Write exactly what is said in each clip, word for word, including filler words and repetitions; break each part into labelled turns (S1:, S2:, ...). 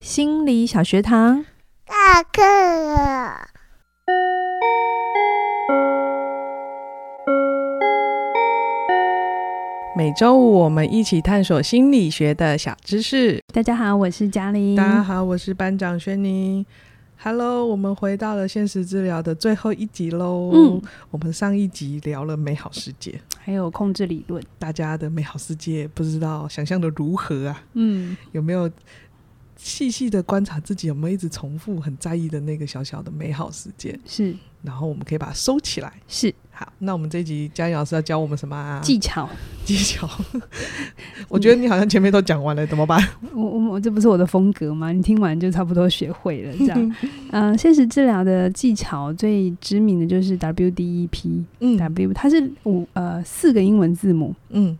S1: 心理小学堂
S2: 下课了。
S3: 每周五我们一起探索心理学的小知识。
S1: 大家好，我是嘉玲。
S3: 大家好，我是班长轩妮。Hello， 我们回到了现实治疗的最后一集咯、嗯、我们上一集聊了美好世界
S1: 还有控制理论，
S3: 大家的美好世界不知道想象的如何啊？嗯，有没有细细的观察自己有没有一直重复很在意的那个小小的美好世界？是，然后我们可以把它收起来。是，好，那我们这一集嘉颖老师要教我们什么啊？
S1: 技巧。
S3: 技巧我觉得你好像前面都讲完了，怎么办？
S1: 我我这不是我的风格吗？你听完就差不多学会了这样呃，现实治疗的技巧最知名的就是 W D E P、嗯、W 它是五呃四个英文字母。嗯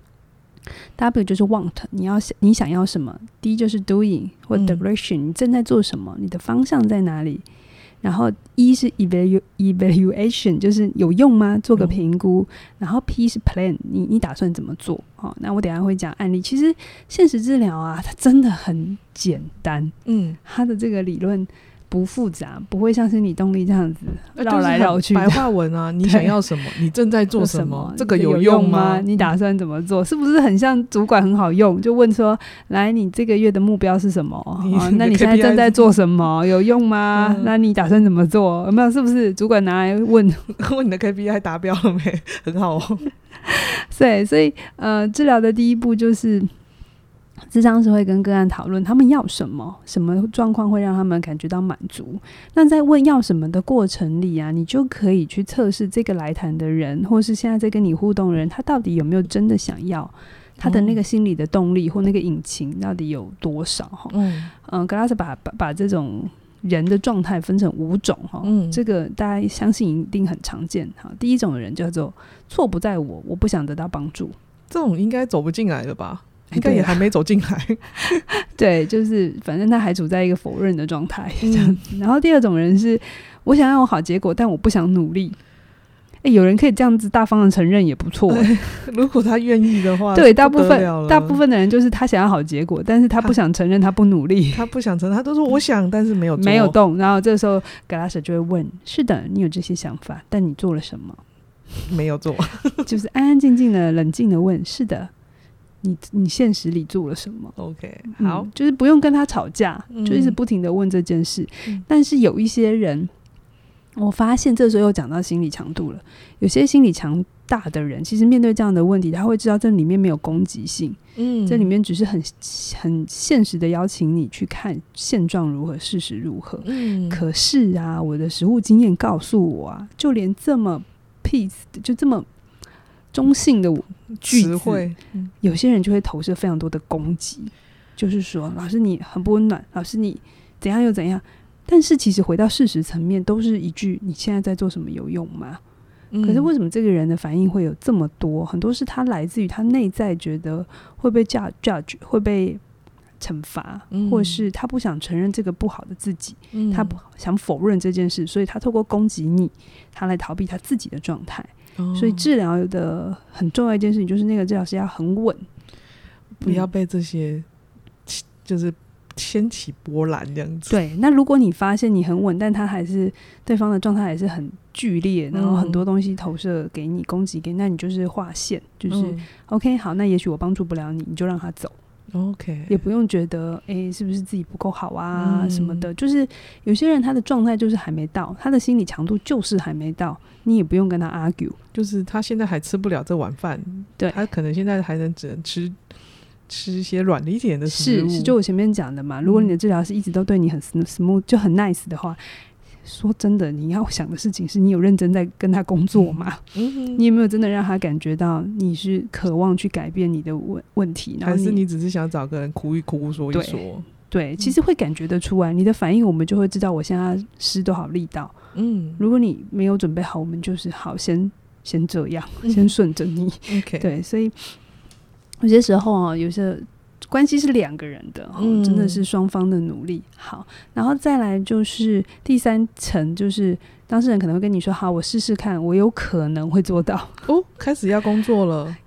S1: W 就是 want， 你要你想要什么。 D 就是 doing 或 direction、嗯、你正在做什么，你的方向在哪里。然后 E 是 evalu evaluation， 就是有用吗？做个评估、嗯、然后 P 是 plan， 你, 你打算怎么做、哦、那我等一下会讲案例。其实现实治疗啊，它真的很简单，嗯，它的这个理论不复杂，不会像心理动力这样子绕来绕去、
S3: 就是、白话文啊，你想要什么，你正在做什么，这个有
S1: 用
S3: 用
S1: 吗, 吗？你打算怎么做？是不是很像主管很好用？就问说，来，你这个月的目标是什么？哦、那你现在正在做什么？有用吗、嗯、那你打算怎么做？有没有？是不是主管拿来问
S3: 问你的 K P I 达标了没？很好哦。
S1: 对，所以呃，治疗的第一步就是咨商师会跟个案讨论他们要什么，什么状况会让他们感觉到满足。那在问要什么的过程里啊，你就可以去测试这个来谈的人，或是现在在跟你互动的人，他到底有没有真的想要，他的那个心理的动力或那个引擎到底有多少。嗯，呃、格拉斯把把把这种人的状态分成五种、嗯、这个大家相信一定很常见。第一种的人叫做错不在我，我不想得到帮助。
S3: 这种应该走不进来了吧？应该也还没走进来。
S1: 对，就是反正他还处在一个否认的状态这样子、嗯、然后第二种人是我想要有好结果，但我不想努力。欸、有人可以这样子大方的承认也不错、欸、
S3: 如果他愿意的话。
S1: 对，大部分大部分的人就是他想要好结果，但是他不想承认他不努力，
S3: 他不想承认，他都说我想但是没有做
S1: 没有动。然后这时候格拉斯就会问，是的，你有这些想法，但你做了什么？
S3: 没有做。
S1: 就是安安静静的冷静的问，是的，你你现实里做了什么
S3: ？OK， 好、
S1: 嗯，就是不用跟他吵架、嗯，就一直不停的问这件事、嗯。但是有一些人，我发现这时候又讲到心理强度了。有些心理强大的人，其实面对这样的问题，他会知道这里面没有攻击性，嗯，这里面只是很很现实的邀请你去看现状如何，事实如何。嗯，可是啊，我的实务经验告诉我啊，就连这么 peace 就这么中性的句子，嗯、有些人就会投射非常多的攻击，就是说老师你很不温暖，老师你怎样又怎样。但是其实回到事实层面，都是一句你现在在做什么有用吗、嗯、可是为什么这个人的反应会有这么多？很多是他来自于他内在觉得会被 judge 会被惩罚、嗯、或是他不想承认这个不好的自己、嗯、他想否认这件事，所以他透过攻击你，他来逃避他自己的状态。所以治疗的很重要一件事情就是那个治疗师要很稳，
S3: 不要被这些就是掀起波澜这样子。
S1: 对，那如果你发现你很稳，但他还是对方的状态还是很剧烈，然后很多东西投射给你攻击给你，那你就是划线，就是、嗯、OK 好，那也许我帮助不了你，你就让他走。OK， 也不用觉得哎、欸，是不是自己不够好啊、嗯、什么的。就是有些人他的状态就是还没到，他的心理强度就是还没到，你也不用跟他 argue，
S3: 就是他现在还吃不了这碗饭，对，他可能现在还能只能吃吃一些软一点的食物。
S1: 是是，就我前面讲的嘛，如果你的治疗师一直都对你很 smooth 就很 nice 的话，说真的，你要想的事情是你有认真在跟他工作吗？嗯、你有没有真的让他感觉到你是渴望去改变你的问问题，然后
S3: 还是你只是想找个人哭一哭说一说？
S1: 对，对，其实会感觉得出来，你的反应我们就会知道我现在施多少力道。嗯，如果你没有准备好，我们就是好先先这样，嗯、先顺着你。Okay. 对，所以有些时候啊，有些关系是两个人的、嗯、真的是双方的努力。好，然后再来就是第三层，就是当事人可能会跟你说好，我试试看，我有可能会做到。
S3: 哦，开始要工作了。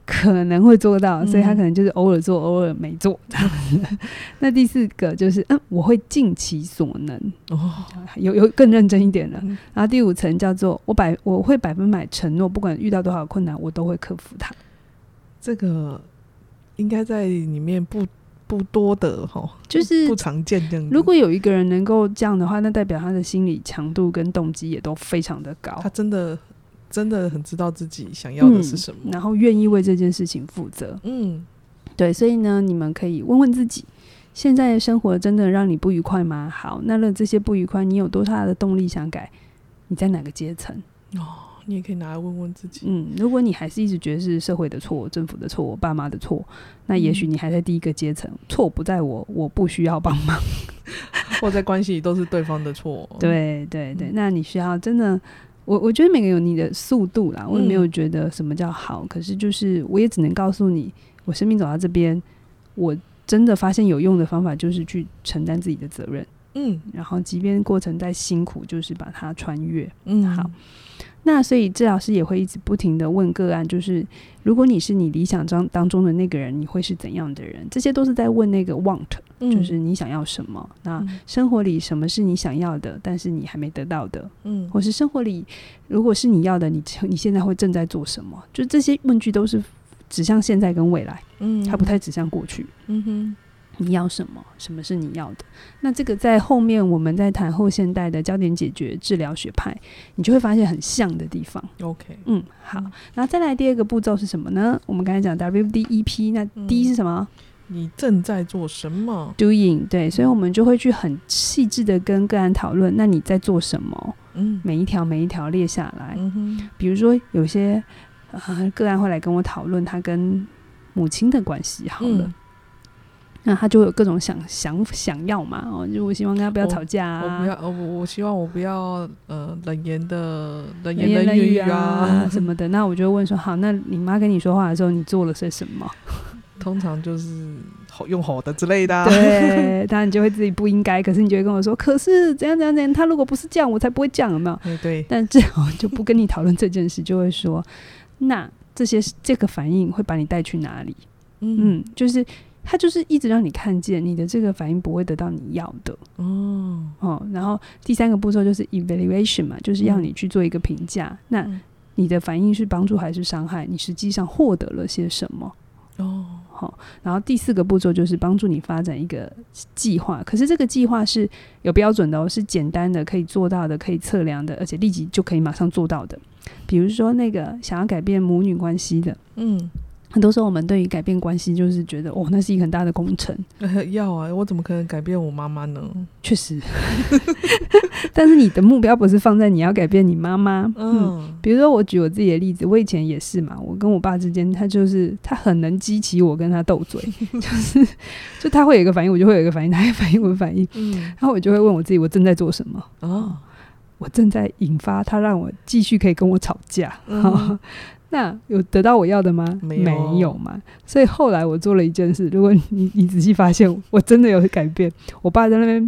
S1: 可能会做到，所以他可能就是偶尔做偶尔没做这样子。那第四个就是嗯，我会尽其所能，哦，有有更认真一点了。嗯、然后第五层叫做我百我会百分百承诺，不管遇到多少困难，我都会克服它。这
S3: 个应该在里面不不多的齁，
S1: 就是
S3: 不常见这样子。
S1: 如果有一个人能够这样的话，那代表他的心理强度跟动机也都非常的高。
S3: 他真的真的很知道自己想要的是什么，
S1: 嗯、然后愿意为这件事情负责。嗯，对，所以呢，你们可以问问自己，现在的生活真的让你不愉快吗？好，那了这些不愉快，你有多大的动力想改？你在哪个阶层？
S3: 哦，你也可以拿来问问自己。
S1: 嗯，如果你还是一直觉得是社会的错、政府的错、爸妈的错，那也许你还在第一个阶层，错不在我，我不需要帮忙，
S3: 或在关系里都是对方的错。
S1: 对对对，嗯、那你需要真的。我我觉得每个有你的速度啦，我也没有觉得什么叫好，嗯、可是就是我也只能告诉你，我生命走到这边，我真的发现有用的方法就是去承担自己的责任，嗯，然后即便过程再辛苦，就是把它穿越，嗯，好。那所以治疗师也会一直不停的问个案，就是如果你是你理想当中的那个人，你会是怎样的人？这些都是在问那个 want，嗯、就是你想要什么？那生活里什么是你想要的，但是你还没得到的？嗯，或是生活里如果是你要的，你你现在会正在做什么？就这些问句都是指向现在跟未来，嗯，它不太指向过去。嗯哼。你要什么？什么是你要的？那这个在后面我们在谈后现代的焦点解决治疗学派，你就会发现很像的地方。
S3: OK，
S1: 嗯，好。然后再来第二个步骤是什么呢？我们刚才讲 W D E P， 那 D 是什么？
S3: 嗯、你正在做什么
S1: ？Doing， 对，所以我们就会去很细致的跟个案讨论，那你在做什么？嗯，每一条每一条列下来。嗯哼，比如说有些、呃、个案会来跟我讨论他跟母亲的关系，好了。嗯，那他就有各种想想想要嘛，哦，就我希望跟他不要吵架啊，
S3: 我, 我不要，我我希望我不要呃冷言的冷言冷语啊
S1: 什么的。那我就会问说，好，那你妈跟你说话的时候，你做了些什么？
S3: 通常就是用吼的之类的、啊。
S1: 对，当然你就会自己不应该，可是你就会跟我说，可是怎样怎样怎样，他如果不是这样，我才不会这样，有没有？
S3: 对对。
S1: 但这样就不跟你讨论这件事，就会说，那这些这个反应会把你带去哪里？嗯, 嗯，就是。他就是一直让你看见你的这个反应不会得到你要的 哦, 哦然后第三个步骤就是 evaluation 嘛，就是要你去做一个评价、嗯、那你的反应是帮助还是伤害，你实际上获得了些什么哦，好，然后第四个步骤就是帮助你发展一个计划，可是这个计划是有标准的哦，是简单的可以做到的，可以测量的，而且立即就可以马上做到的。比如说那个想要改变母女关系的，嗯，很多时候我们对于改变关系就是觉得哦，那是一个很大的工程、
S3: 呃、要啊，我怎么可能改变我妈妈呢？
S1: 确实但是你的目标不是放在你要改变你妈妈、嗯嗯、比如说我举我自己的例子，我以前也是嘛，我跟我爸之间他就是他很能激起我跟他斗嘴就是就他会有一个反应我就会有一个反应，他会反应我的反应、嗯、然后我就会问我自己我正在做什么、哦、我正在引发他让我继续可以跟我吵架、嗯哦，那有得到我要的吗？没 有, 没有嘛。所以后来我做了一件事，如果 你, 你仔细发现我真的有改变，我爸在那边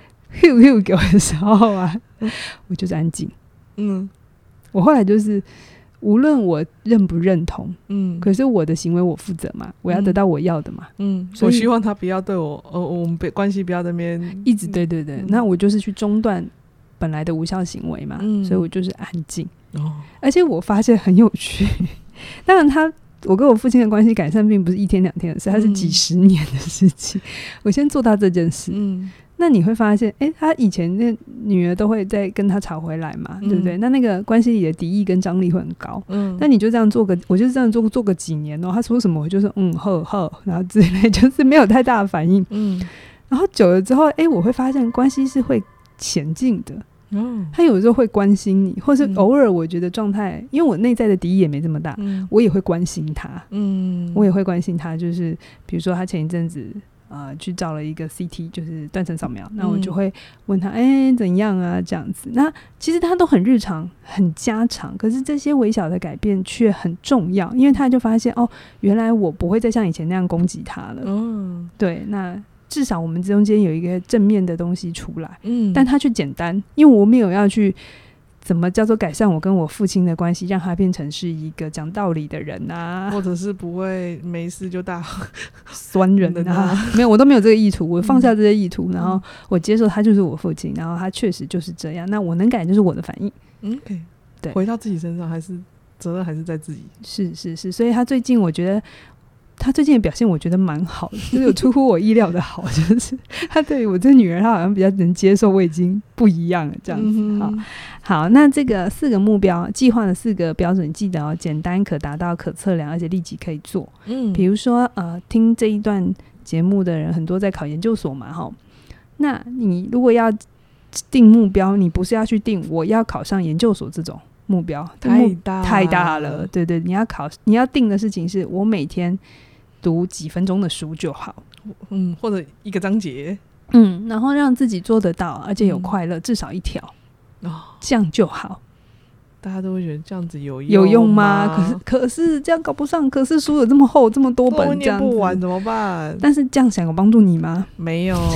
S1: Q Q 给我的时候啊，我就是安静。嗯，我后来就是无论我认不认同，嗯，可是我的行为我负责嘛，我要得到我要的嘛。嗯，
S3: 所以我希望他不要对我，呃，我们关系不要在那边
S1: 一直对对对、嗯，那我就是去中断本来的无效行为嘛、嗯、所以我就是安静、哦、而且我发现很有趣当然他我跟我父亲的关系改善并不是一天两天的事，它是几十年的事情、嗯、我先做到这件事、嗯、那你会发现哎，他以前那女儿都会再跟他吵回来嘛、嗯、对不对？那那个关系里的敌意跟张力会很高，嗯，那你就这样做个我就这样做做个几年哦，他说什么我就说嗯呵呵然后之类，就是没有太大的反应，嗯，然后久了之后哎，我会发现关系是会前进的，嗯，他有时候会关心你，或是偶尔我觉得状态、嗯、因为我内在的敌意也没这么大、嗯、我也会关心他，嗯，我也会关心他，就是比如说他前一阵子呃去照了一个 C T 就是断层扫描、嗯、那我就会问他哎怎样啊这样子，那其实他都很日常很家常，可是这些微小的改变却很重要，因为他就发现哦原来我不会再像以前那样攻击他了，嗯，对，那至少我们中间有一个正面的东西出来，嗯，但它却简单，因为我没有要去怎么叫做改善我跟我父亲的关系，让他变成是一个讲道理的人啊，
S3: 或者是不会没事就大
S1: 酸人啊没有，我都没有这个意图，我放下这些意图、嗯、然后我接受他就是我父亲，然后他确实就是这样，那我能改就是我的反应。
S3: 嗯，对，对，回到自己身上，还是责任还是在自己。是
S1: 是是，所以他最近我觉得他最近的表现我觉得蛮好的，就是有出乎我意料的好，就是他对于我这女儿他好像比较能接受我已经不一样了这样子、嗯、好好，那这个四个目标计划的四个标准记得哦，简单可达到可测量而且立即可以做。嗯，比如说呃，听这一段节目的人很多在考研究所嘛齁，那你如果要定目标，你不是要去定我要考上研究所这种目标，
S3: 太大
S1: 太大了，对对，你要考你要定的事情是我每天读几分钟的书就好，
S3: 嗯，或者一个章节，
S1: 嗯，然后让自己做得到，而且有快乐、嗯、至少一条、哦、这样就好。
S3: 大家都会觉得这样子有用
S1: 有用吗？可是可是这样搞不上，可是书有这么厚这么多本，这样
S3: 念不完怎么办？
S1: 但是这样想有帮助你吗？
S3: 没有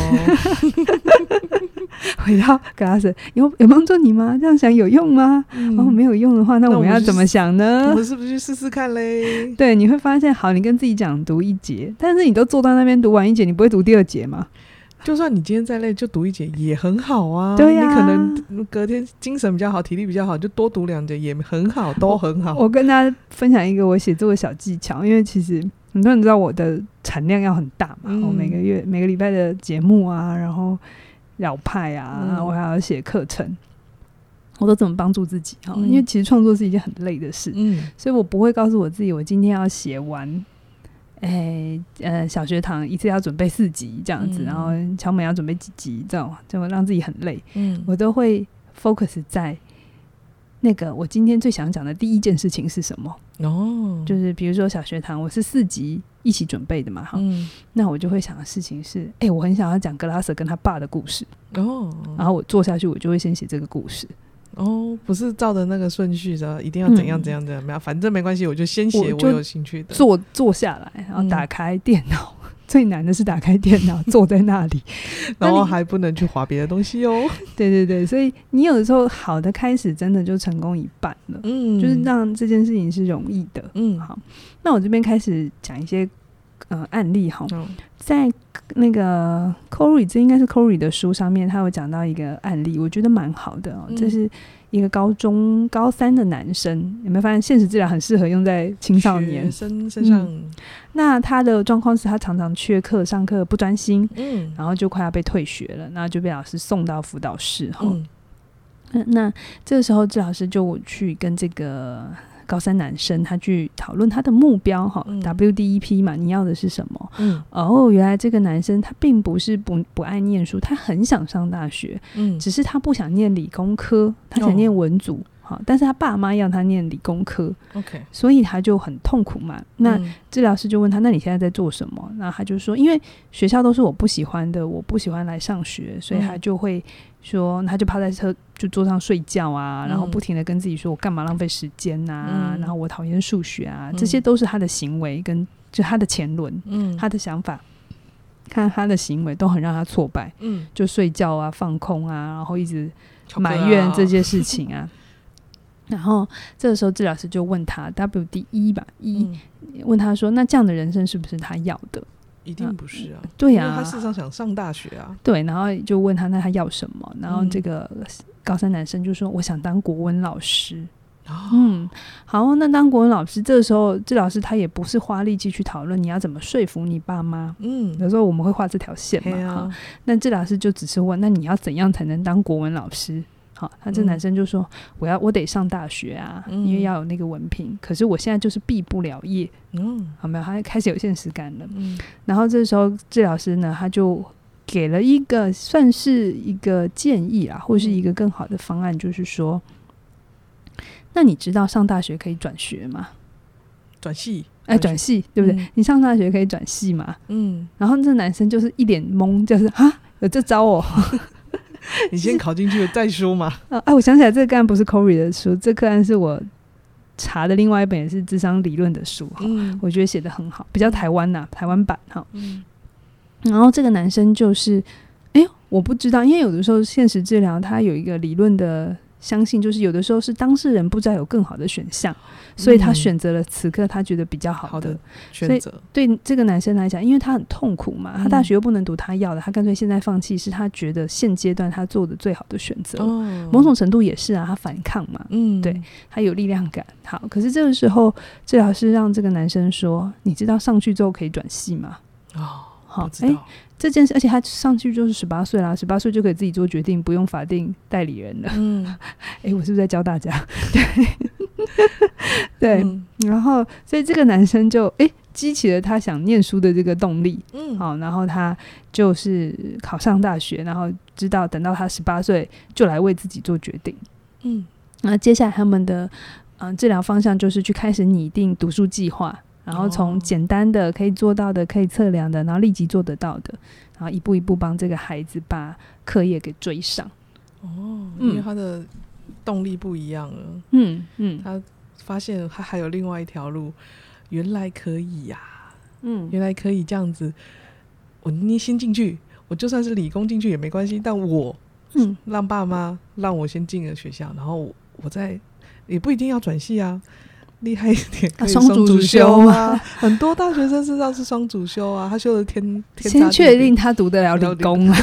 S1: 回到格拉斯，有有帮助你吗？这样想有用吗？嗯、哦，没有用的话，那我们要怎么想呢？
S3: 我们是不是去试试看嘞？
S1: 对，你会发现，好，你跟自己讲读一节，但是你都坐到那边读完一节，你不会读第二节吗？
S3: 就算你今天再累，就读一节也很好啊。
S1: 对呀、啊，
S3: 你可能隔天精神比较好，体力比较好，就多读两节也很好，都很好。
S1: 我, 我跟大家分享一个我写作的小技巧，因为其实很多人知道我的产量要很大嘛，嗯、我每个月每个礼拜的节目啊，然后老派啊，嗯、我还要写课程，我都怎么帮助自己、嗯、因为其实创作是一件很累的事、嗯、所以我不会告诉我自己我今天要写完哎呃，小学堂一次要准备四集这样子、嗯、然后乔美要准备几集这样，就让自己很累、嗯、我都会 focus 在那个我今天最想讲的第一件事情是什么哦，就是比如说小学堂我是四集一起准备的嘛、嗯、那我就会想的事情是哎、欸，我很想要讲格拉瑟跟他爸的故事哦，然后我做下去我就会先写这个故事
S3: 哦，不是照着那个顺序的，一定要怎样怎样怎样、嗯、反正没关系，我就先写我有兴趣的，
S1: 坐坐下来，然后打开电脑、嗯、最难的是打开电脑坐在那里
S3: 然后还不能去滑别的东西哦
S1: 对对对，所以你有的时候好的开始真的就成功一半了，嗯，就是让这件事情是容易的。嗯，好，那我这边开始讲一些呃案例哈、嗯，在那个 Corey 这应该是 Corey 的书上面，他有讲到一个案例，我觉得蛮好的哦、嗯。这是一个高中高三的男生，有没有发现现实治疗很适合用在青少年
S3: 学生身上、嗯？
S1: 那他的状况是他常常缺课，上课不专心，嗯，然后就快要被退学了，那就被老师送到辅导室哈、嗯。那那这个时候，治疗师就去跟这个高三男生他去讨论他的目标、嗯、W D E P 嘛，你要的是什么、嗯、哦，原来这个男生他并不是 不, 不爱念书，他很想上大学、嗯、只是他不想念理工科，他想念文组、哦、但是他爸妈要他念理工科
S3: okay.
S1: 所以他就很痛苦嘛。那治疗师就问他，那你现在在做什么？那他就说，因为学校都是我不喜欢的，我不喜欢来上学，所以他就会说，他就趴在车就桌上睡觉啊，然后不停的跟自己说，我干嘛浪费时间啊、嗯、然后我讨厌数学啊、嗯、这些都是他的行为跟就他的前轮、嗯、他的想法，看他的行为都很让他挫败、嗯、就睡觉啊，放空啊，然后一直埋怨这些事情啊然后这个时候治疗师就问他 W D E 吧 E、嗯、问他说，那这样的人生是不是他要的？
S3: 一定不是啊、嗯、
S1: 对啊，
S3: 因为他事实上想上大学啊。
S1: 对，然后就问他那他要什么，然后这个高三男生就说，我想当国文老师、哦、嗯，好，那当国文老师，这个时候治疗师他也不是花力气去讨论你要怎么说服你爸妈，嗯，有时候我们会画这条线嘛、啊、那治疗师就只是问，那你要怎样才能当国文老师？好，他这男生就说、嗯、我要我得上大学啊、嗯、因为要有那个文凭，可是我现在就是毕不了业，嗯，好没有，他开始有现实感了、嗯、然后这时候治疗师呢他就给了一个算是一个建议啊，或是一个更好的方案、嗯、就是说，那你知道上大学可以转学吗？
S3: 转系
S1: 哎，转系对不对、嗯、你上大学可以转系吗？嗯，然后这男生就是一脸懵，就是啊有这招哦
S3: 你先考进去了再说嘛、
S1: 啊啊、我想起来这个个案不是 Corey 的书，这个案是我查的另外一本也是諮商理论的书、嗯、我觉得写得很好，比较台湾呐、啊、台湾版、嗯、然后这个男生就是哎，我不知道，因为有的时候现实治疗它有一个理论的相信就是有的时候是当事人不知道有更好的选项，所以他选择了此刻他觉得比较好的,
S3: 好的选择。
S1: 对这个男生来讲，因为他很痛苦嘛，他大学又不能读他要的，他干脆现在放弃，是他觉得现阶段他做的最好的选择、哦、某种程度也是啊，他反抗嘛，嗯，对，他有力量感。好，可是这个时候最好是让这个男生说，你知道上去之后可以转系吗？
S3: 哦，
S1: 好，哎、欸，这件事，而且他上去就是十八岁啦，十八岁就可以自己做决定，不用法定代理人了。嗯，哎、欸，我是不是在教大家？对，对、嗯，然后所以这个男生就哎、欸、激起了他想念书的这个动力。嗯，好，然后他就是考上大学，然后知道等到他十八岁就来为自己做决定。嗯，那接下来他们的嗯治疗方向就是去开始拟定读书计划。然后从简单的可以做到的可以测量的，然后立即做得到的，然后一步一步帮这个孩子把课业给追上。
S3: 哦，因为他的动力不一样了。嗯嗯，他发现他还有另外一条路，原来可以呀、啊，嗯，原来可以这样子。我捏心进去，我就算是理工进去也没关系，但我嗯让爸妈让我先进了学校，然后我再也不一定要转系啊。厉害一点可以双主修啊，很多大学生知道是双主修啊，他修的天天
S1: 先确定他读得了理工啊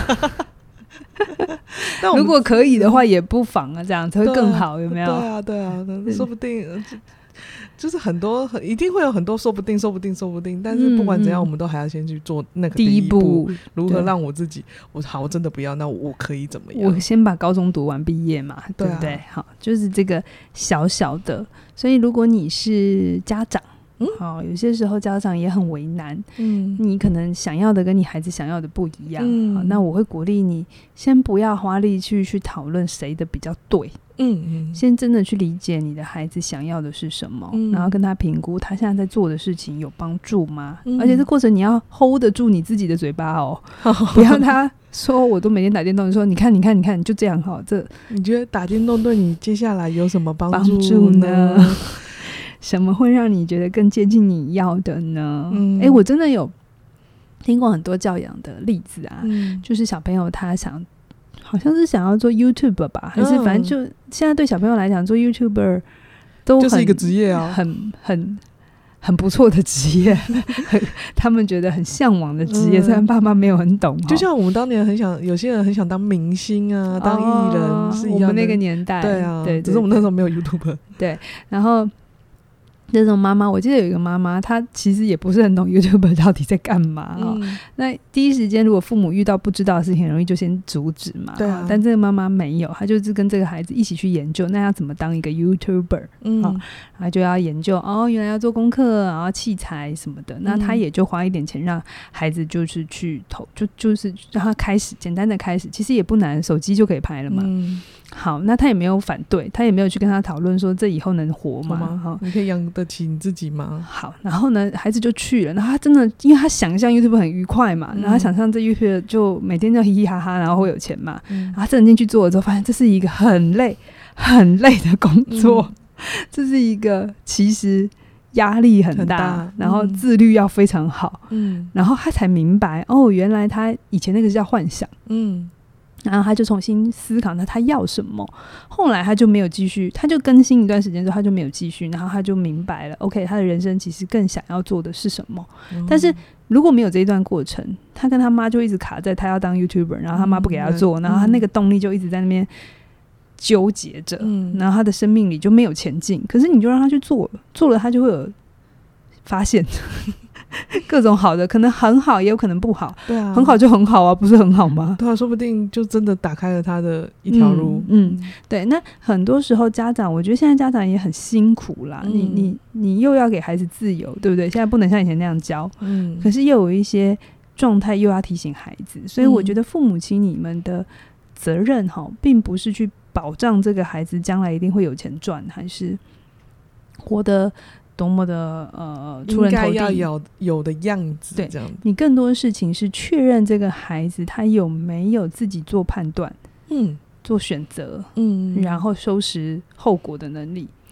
S1: 如果可以的话也不妨啊，这样才会更好，有没有？
S3: 对啊对啊，说不定就是很多一定会有很多说不定说不定说不定，但是不管怎样、嗯、我们都还要先去做那个第一步，第一步如何让我自己我好我真的不要，那我可以怎么样？
S1: 我先把高中读完毕业嘛，对不对？啊、好，就是这个小小的。所以如果你是家长、嗯哦、有些时候家长也很为难、嗯、你可能想要的跟你孩子想要的不一样、嗯哦、那我会鼓励你先不要花力气去讨论谁的比较对，嗯嗯，先真的去理解你的孩子想要的是什么、嗯、然后跟他评估他现在在做的事情有帮助吗、嗯、而且这过程你要 hold 得住你自己的嘴巴哦，不要他说我都每天打电动，说你看你看你看就这样哈，这
S3: 你觉得打电动对你接下来有什么帮助呢？
S1: 呢什么会让你觉得更接近你要的呢？嗯，欸，我真的有听过很多教养的例子啊、嗯、就是小朋友他想好像是想要做 YouTuber 吧，还是反正就、嗯、现在对小朋友来讲做 YouTuber 都很
S3: 就是一个职业啊，
S1: 很很很不错的职业他们觉得很向往的职业、嗯、虽然爸妈没有很懂、哦、
S3: 就像我们当年很想有些人很想当明星啊、哦、当艺人是一样的，
S1: 我们那个年代
S3: 对啊，
S1: 对对对，
S3: 只是我们那时候没有 YouTuber。
S1: 对，然后这种妈妈，我记得有一个妈妈她其实也不是很懂 YouTuber 到底在干嘛、哦嗯、那第一时间如果父母遇到不知道的事情很容易就先阻止嘛，对啊、哦、但这个妈妈没有，她就是跟这个孩子一起去研究那要怎么当一个 YouTuber、嗯哦、然后就要研究哦原来要做功课，然后器材什么的，那她也就花一点钱让孩子就是去投就就是让他开始简单的开始，其实也不难，手机就可以拍了嘛、嗯、好，那他也没有反对，他也没有去跟他讨论说这以后能活吗、
S3: 哦、你可以养得起你自己吗？
S1: 好，然后呢孩子就去了，然后他真的因为他想象 YouTube 很愉快嘛、嗯、然后他想象这 YouTube 就每天就嘻嘻哈哈然后会有钱嘛、嗯、然后他真的进去做了之后发现这是一个很累很累的工作、嗯、这是一个其实压力很 大, 很大然后自律要非常好，嗯，然后他才明白哦原来他以前那个是叫幻想，嗯，然后他就重新思考那他要什么，后来他就没有继续，他就更新一段时间之后他就没有继续，然后他就明白了 OK 他的人生其实更想要做的是什么、嗯、但是如果没有这一段过程，他跟他妈就一直卡在他要当 YouTuber， 然后他妈不给他做、嗯、然后他那个动力就一直在那边纠结着、嗯、然后他的生命里就没有前进，可是你就让他去做了，做了他就会有发现各种好的，可能很好也有可能不好，对啊，很好就很好啊，不是很好吗？
S3: 对啊，说不定就真的打开了他的一条路。
S1: 嗯, 嗯对，那很多时候家长我觉得现在家长也很辛苦啦、嗯、你你你又要给孩子自由对不对，现在不能像以前那样教，嗯，可是又有一些状态又要提醒孩子，所以我觉得父母亲你们的责任并不是去保障这个孩子将来一定会有钱赚，还是活得多么的呃出人头地，应该要
S3: 有有的样子，对，这样子。
S1: 你更多的事情是确认这个孩子他有没有自己做判断，嗯，做选择，嗯，然后收拾后果的能力。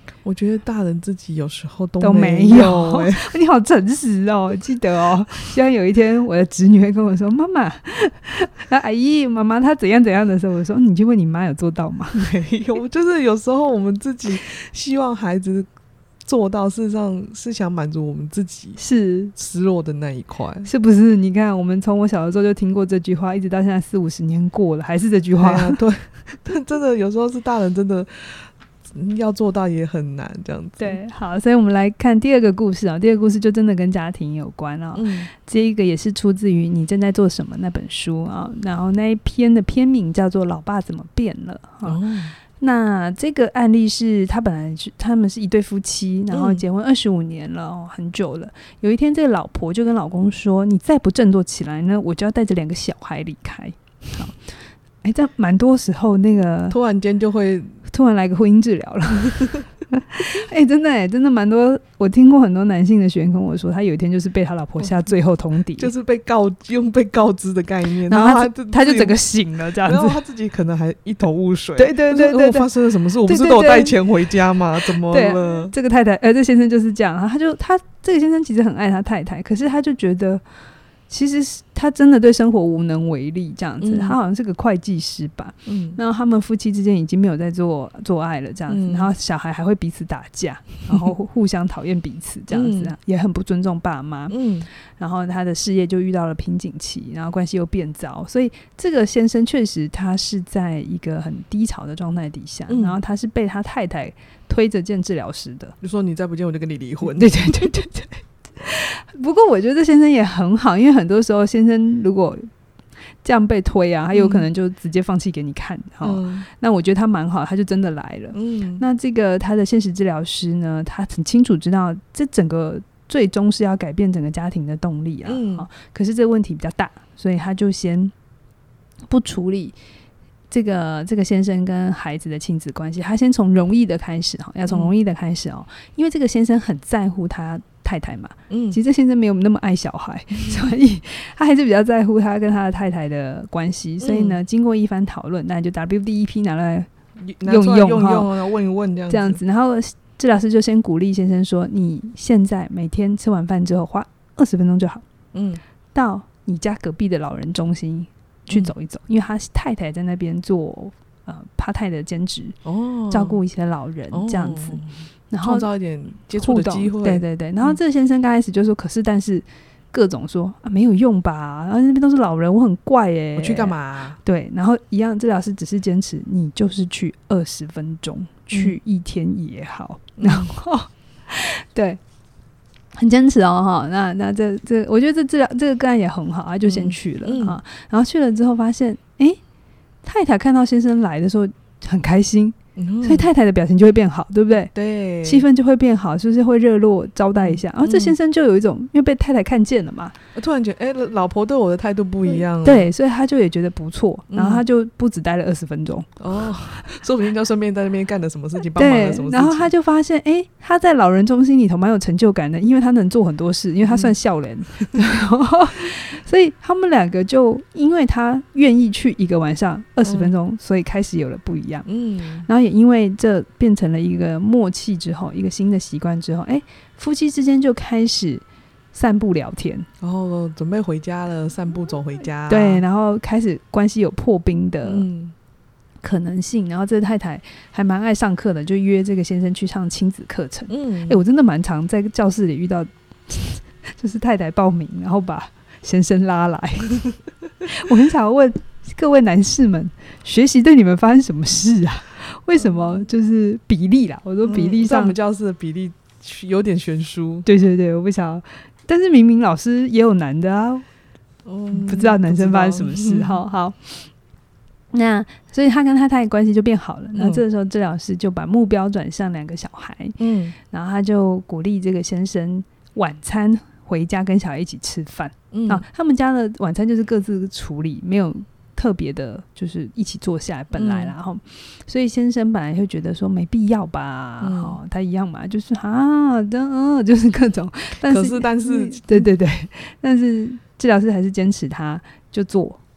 S3: 我觉得大人自己有时候都
S1: 都没有、欸、你好诚实哦，记得哦。希望有一天我的侄女会跟我说妈妈阿姨妈妈她怎样怎样的时候，我说你去问你妈有做到吗？
S3: 没有，就是有时候我们自己希望孩子做到，事实上是想满足我们自己是失落的那一块，
S1: 是不是？你看我们从我小的时候就听过这句话，一直到现在四五十年过了还是这句话、
S3: 啊、对，但真的有时候是大人真的要做到也很难这样子。
S1: 对，好，所以我们来看第二个故事、哦、第二个故事就真的跟家庭有关哦。嗯，这一个也是出自于你正在做什么那本书啊、哦，然后那一篇的篇名叫做老爸怎么变了、哦哦，那这个案例是他本来是他们是一对夫妻，然后结婚二十五年了、哦、很久了。有一天这个老婆就跟老公说，你再不振作起来呢，我就要带着两个小孩离开。好，哎，这蛮多时候那个
S3: 突然间就会
S1: 突然来个婚姻治疗了哎、欸，真的哎、欸，真的蛮多。我听过很多男性的学员跟我说，他有一天就是被他老婆下最后通牒、哦，
S3: 就是被告用被告知的概念，
S1: 然后 他, 然后他, 他就整个醒了这样子，
S3: 然后他自己可能还一头雾水。
S1: 对对对 对, 对, 对，
S3: 发生了什么事？我不是都有带钱回家吗？怎么了？
S1: 对，这个太太，呃，这先生就是这样，他就他这个先生其实很爱他太太，可是他就觉得。其实他真的对生活无能为力这样子、嗯、他好像是个会计师吧，嗯，然后他们夫妻之间已经没有在做做爱了这样子、嗯、然后小孩还会彼此打架，然后互相讨厌彼此这样子、嗯、也很不尊重爸妈，嗯，然后他的事业就遇到了瓶颈期，然后关系又变糟，所以这个先生确实他是在一个很低潮的状态底下、嗯、然后他是被他太太推着见治疗师的，
S3: 就说你再不见我就跟你离婚。
S1: 对对对对对。不过我觉得这先生也很好，因为很多时候先生如果这样被推啊，他有可能就直接放弃给你看、嗯哦、那我觉得他蛮好，他就真的来了、嗯、那这个他的现实治疗师呢，他很清楚知道这整个最终是要改变整个家庭的动力啊、嗯哦、可是这个问题比较大，所以他就先不处理这个这个先生跟孩子的亲子关系，他先从容易的开始，要从容易的开始哦，因为这个先生很在乎他太太嘛，嗯，其实这先生没有那么爱小孩，所以他还是比较在乎他跟他的太太的关系，所以呢，经过一番讨论，那就 W D E P 拿来用一用，
S3: 用一用，问一问这样子，
S1: 这样子，然后治疗师就先鼓励先生说：“你现在每天吃完饭之后花二十分钟就好，嗯，到你家隔壁的老人中心去走一走，嗯、因为他太太在那边做呃趴太的兼职，哦，照顾一些老人、哦、这样子。”然后
S3: 创造一点接触的机会，
S1: 对对对。然后这个先生刚开始就说：“可是，但是各种说啊，没有用吧？然后那边都是老人，我很怪哎、欸，
S3: 我去干嘛、啊？”
S1: 对，然后一样，治疗师只是坚持，你就是去二十分钟，嗯、去一天也好。然后，对，很坚持哦哈。那那这这，我觉得这治疗这个个案也很好，他就先去了、嗯嗯、然后去了之后发现，哎，太太看到先生来的时候很开心。嗯、所以太太的表情就会变好，对不对？
S3: 对，
S1: 气氛就会变好，就是会热络招待一下。然后这先生就有一种，因为被太太看见了嘛，
S3: 我突然觉得，哎、欸，老婆对我的态度不一样了。
S1: 对，所以他就也觉得不错，然后他就不只待了二十分钟。
S3: 哦，说不定就顺便在那边干了什么事情，帮忙了什么事情。
S1: 然后他就发现，哎、欸，他在老人中心里头蛮有成就感的，因为他能做很多事，因为他算孝人。嗯、所以他们两个就因为他愿意去一个晚上二十分钟、嗯，所以开始有了不一样。嗯，然后也因为这变成了一个默契之后，一个新的习惯之后，哎，夫妻之间就开始散步聊天，
S3: 然后准备回家了，散步走回家、啊，
S1: 对，然后开始关系有破冰的可能性。嗯、然后这个太太还蛮爱上课的，就约这个先生去上亲子课程。嗯，哎，我真的蛮常在教室里遇到，就是太太报名，然后把先生拉来。我很想问各位男士们，学习对你们发生什么事啊？为什么就是比例啦？我说比例上，嗯、
S3: 在我们教室的比例有点悬殊。
S1: 对对对，我不晓得，但是明明老师也有男的啊，嗯、不知道男生发生什么事。好、嗯、好，那所以他跟他太太关系就变好了。那、嗯、这个时候治疗师就把目标转向两个小孩，嗯，然后他就鼓励这个先生晚餐回家跟小孩一起吃饭。嗯，啊，他们家的晚餐就是各自处理，没有特别的就是一起坐下来本来啦、嗯、然后所以先生本来会觉得说没必要吧、嗯哦、他一样嘛，就是啊的、嗯、就是各种，但是
S3: 可是但是
S1: 对对对，但是治疗师还是坚持他就做，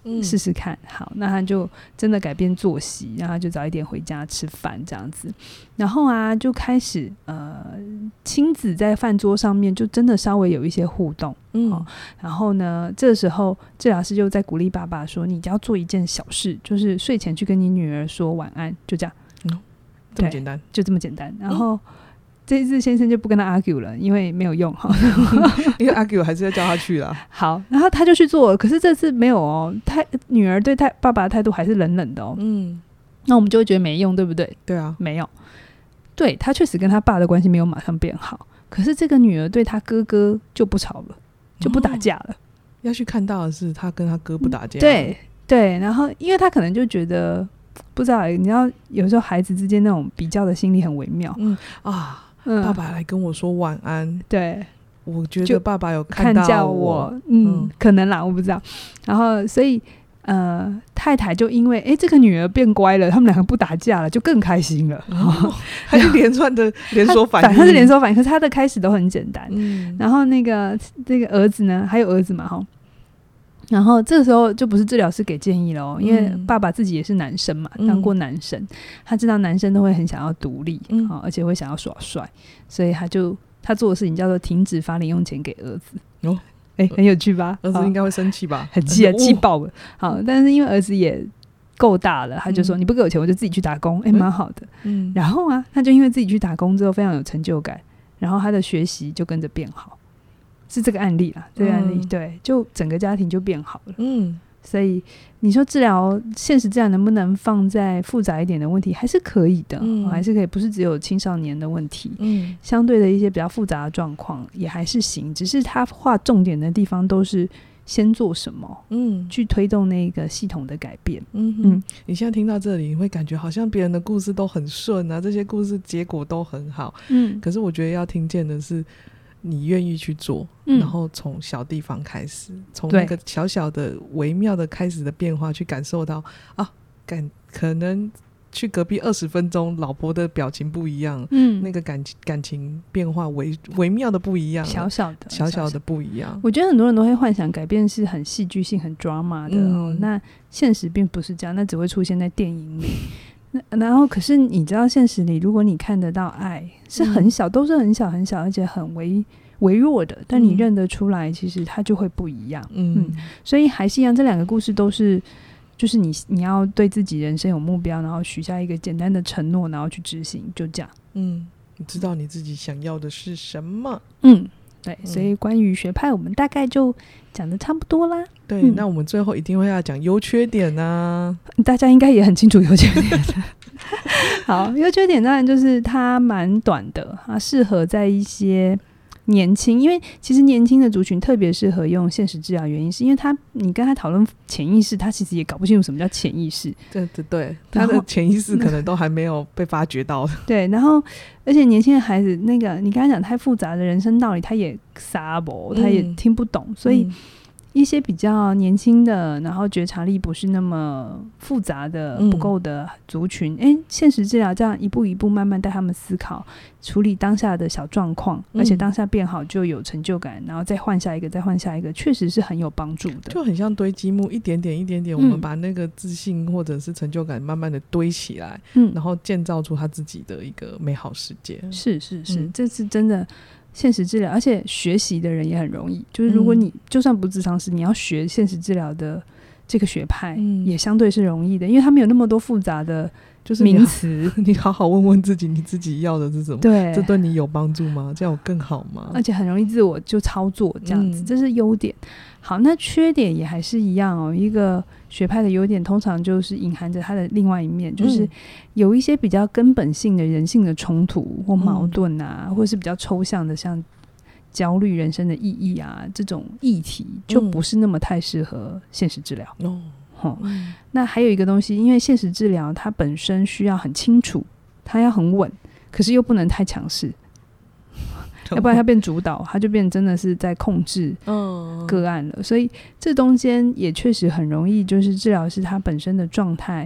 S1: 试试看、嗯、好，那他就真的改变作息，然后他就早一点回家吃饭这样子，然后啊就开始呃亲子在饭桌上面就真的稍微有一些互动、嗯哦、然后呢这时候治疗师就在鼓励爸爸说，你只要做一件小事，就是睡前去跟你女儿说晚安，就这样、嗯、
S3: 这么简单，
S1: 就这么简单。然后、嗯这一次先生就不跟他 argue 了，因为没有用
S3: 因为 argue 还是要叫他去啦。
S1: 好，然后他就去做了，可是这次没有哦，他女儿对他爸爸的态度还是冷冷的哦。嗯，那我们就会觉得没用，对不对？
S3: 对啊，
S1: 没有。对，他确实跟他爸的关系没有马上变好，可是这个女儿对他哥哥就不吵了，就不打架了。哦、
S3: 要去看到的是他跟他哥不打架。
S1: 对对，然后因为他可能就觉得不知道，你知道有时候孩子之间那种比较的心理很微妙。嗯啊。嗯、爸爸来跟我说晚安，对，我觉得爸爸有看到我，嗯, 嗯，可能啦，我不知道。然后，所以呃，太太就因为哎，这个女儿变乖了，他们两个不打架了，就更开心了。哦、
S3: 还是连串的连锁反应，
S1: 他是连锁反应，可是他的开始都很简单。嗯，然后那个这个儿子呢，还有儿子嘛，哈。然后这个时候就不是治疗师给建议了哦，因为爸爸自己也是男生嘛、嗯、当过男生，他知道男生都会很想要独立、嗯哦、而且会想要耍帅，所以他就他做的事情叫做停止发零用钱给儿子哦，哎，很有趣吧？
S3: 儿子应该会生气吧？
S1: 很气啊，气爆了。好，但是因为儿子也够大了，他就说、嗯、你不给我钱我就自己去打工，哎，蛮好的。嗯，然后啊他就因为自己去打工之后非常有成就感，然后他的学习就跟着变好。是这个案例啦，这个案例、嗯、对，就整个家庭就变好了。嗯，所以你说治疗现实治疗能不能放在复杂一点的问题，还是可以的、嗯哦、还是可以，不是只有青少年的问题。嗯，相对的一些比较复杂的状况也还是行，只是他画重点的地方都是先做什么，嗯，去推动那个系统的改变。嗯
S3: 嗯，你现在听到这里，你会感觉好像别人的故事都很顺啊，这些故事结果都很好。嗯，可是我觉得要听见的是。你愿意去做、嗯、然后从小地方开始，从那个小小的微妙的开始的变化去感受到啊，感可能去隔壁二十分钟老婆的表情不一样，嗯，那个感感情变化微微妙的不一样，
S1: 小小的
S3: 小小的不一样。
S1: 我觉得很多人都会幻想改变是很戏剧性很 drama 的、嗯哦、那现实并不是这样，那只会出现在电影里然后可是你知道现实里如果你看得到爱是很小、嗯、都是很小很小而且很微微弱的，但你认得出来、嗯、其实它就会不一样。 嗯, 嗯，所以还是一样，这两个故事都是就是你你要对自己人生有目标，然后许下一个简单的承诺，然后去执行，就这样。
S3: 嗯，你知道你自己想要的是什么。
S1: 嗯，对，所以关于学派我们大概就讲的差不多啦。
S3: 对、嗯、那我们最后一定会要讲优缺点啊，
S1: 大家应该也很清楚优缺点的好，优缺点当然就是它蛮短的，它适合在一些年轻，因为其实年轻的族群特别适合用现实治疗，原因是因为他你跟他讨论潜意识，他其实也搞不清楚什么叫潜意识。
S3: 对对对，他的潜意识可能都还没有被发掘到
S1: 对，然后而且年轻的孩子那个你刚才讲太复杂的人生道理他也傻不，他也听不懂、嗯、所以一些比较年轻的然后觉察力不是那么复杂的、嗯、不够的族群，诶，现实治疗这样一步一步慢慢带他们思考处理当下的小状况、嗯、而且当下变好就有成就感，然后再换下一个再换下一个，确实是很有帮助的，
S3: 就很像堆积木，一点点一点点、嗯、我们把那个自信或者是成就感慢慢的堆起来、嗯、然后建造出他自己的一个美好世界。是是是、嗯、这是真的现实治疗，而且学习的人也很容易，就是如果你、嗯、就算不咨商师，你要学现实治疗的这个学派、嗯、也相对是容易的，因为他们有那么多复杂的就是名词， 你好好问问自己你自己要的是什么，对，这对你有帮助吗？这样有更好吗？
S1: 而且很容易自我就操作这样子、嗯、这是优点。好，那缺点也还是一样哦，一个学派的优点通常就是隐含着它的另外一面，就是有一些比较根本性的人性的冲突或矛盾啊、嗯、或是比较抽象的像焦虑人生的意义啊这种议题就不是那么太适合现实治疗、嗯哦嗯、那还有一个东西，因为现实治疗它本身需要很清楚，它要很稳，可是又不能太强势，要不然它变主导，它就变真的是在控制个案了、嗯、所以这中间也确实很容易就是治疗师他本身的状态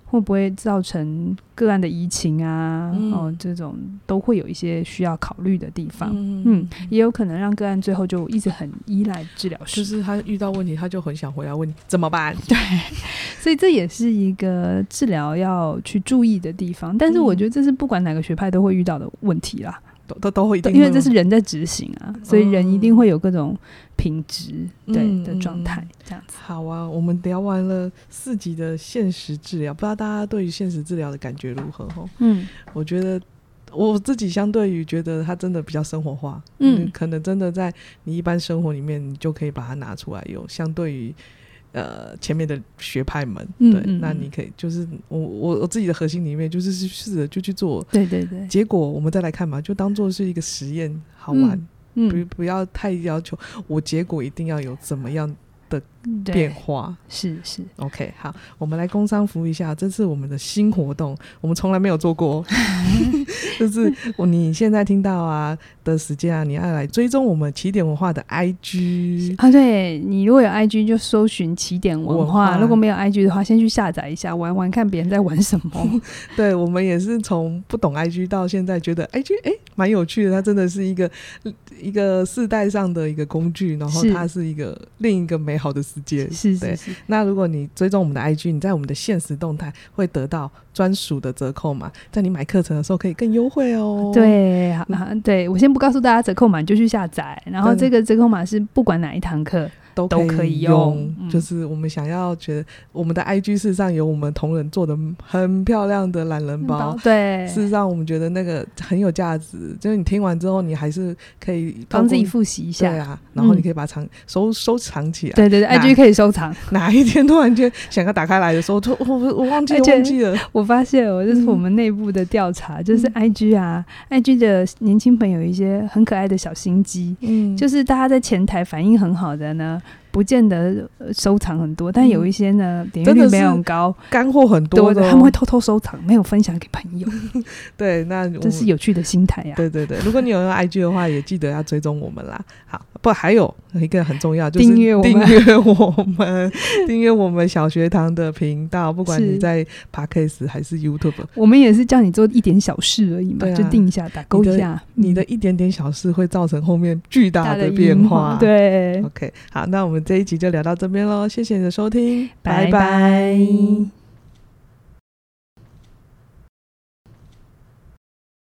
S1: 会不会造成个案的移情啊、
S3: 嗯、
S1: 哦，这种都会有一些需要考虑的地方。 嗯,
S3: 嗯
S1: 也有可能让个案最后就一直很依赖治疗师，
S3: 就是他遇到问题他就很想回来问你怎么办。
S1: 对，所以这也是一个治疗要去注意的地方，但是我觉得这是不管哪个学派都会遇到的问题啦，
S3: 都都都会一定会，
S1: 因为这是人在执行啊，所以人一定会有各种品质、嗯、对、
S3: 嗯、
S1: 的状态这样子。
S3: 好啊，我们聊完了四集的现实治疗，不知道大家对于现实治疗的感觉如何？嗯，我觉得我自己相对于觉得它真的比较生活化，嗯，可能真的在你一般生活里面你就可以把它拿出来用，相对于呃前面的学派们，嗯、对、嗯，那你可以就是我我我自己的核心里面就是试着就去做，
S1: 对对对，
S3: 结果我们再来看嘛，就当做是一个实验，好玩，嗯，不不要太要求我结果一定要有怎么样的变化，
S1: 是是
S3: OK。 好，我们来工商服务一下，这次我们的新活动我们从来没有做过就是你现在听到啊的时间啊，你要来追踪我们起点文化的 I G
S1: 啊，对，你如果有 I G 就搜寻起点文化，如果没有 I G 的话先去下载一下玩玩看别人在玩什么
S3: 对，我们也是从不懂 I G 到现在觉得 I G 哎蛮有趣的，它真的是一个一个世代上的一个工具，然后它是一个另一个美好的世界，
S1: 是是是。
S3: 那如果你追踪我们的 I G， 你在我们的限时动态会得到专属的折扣码，在你买课程的时候可以更优惠哦。
S1: 对、嗯、对，我先不告诉大家折扣码，你就去下载，然后这个折扣码是不管哪一堂课都可以用，
S3: 嗯、就是我们想要觉得我们的 I G 事实上有我们同仁做的很漂亮的懒人包，
S1: 对，
S3: 事实上我们觉得那个很有价值，就是你听完之后你还是可以
S1: 帮自己复习一下，
S3: 对啊，然后你可以把它藏、嗯、收收藏起来，
S1: 对对对 I G 可以收藏，
S3: 哪一天突然间想要打开来的时候我, 我, 我忘记了忘记了，
S1: 我发现哦，这是我们内部的调查、嗯、就是 I G 啊、嗯、I G 的年轻朋友有一些很可爱的小心机、嗯、就是大家在前台反应很好的呢不见得收藏很多，但有一些呢点阅率没有很高，
S3: 干货很多的、哦、
S1: 他们会偷偷收藏，没有分享给朋友
S3: 对，那
S1: 这是有趣的心态呀、啊。
S3: 对对对，如果你有用 I G 的话也记得要追踪我们啦。好，不还有一个很重要，就是订阅我们订阅我们订阅我们小学堂的频道，不管你在 Podcast 还是 YouTube，
S1: 我们也是叫你做一点小事而已嘛、啊、就订一下打勾一下，
S3: 你的、嗯、你的一点点小事会造成后面巨大的变化，
S1: 对
S3: OK。 好，那我们这一集就聊到这边咯，谢谢你的收听，
S1: 拜拜。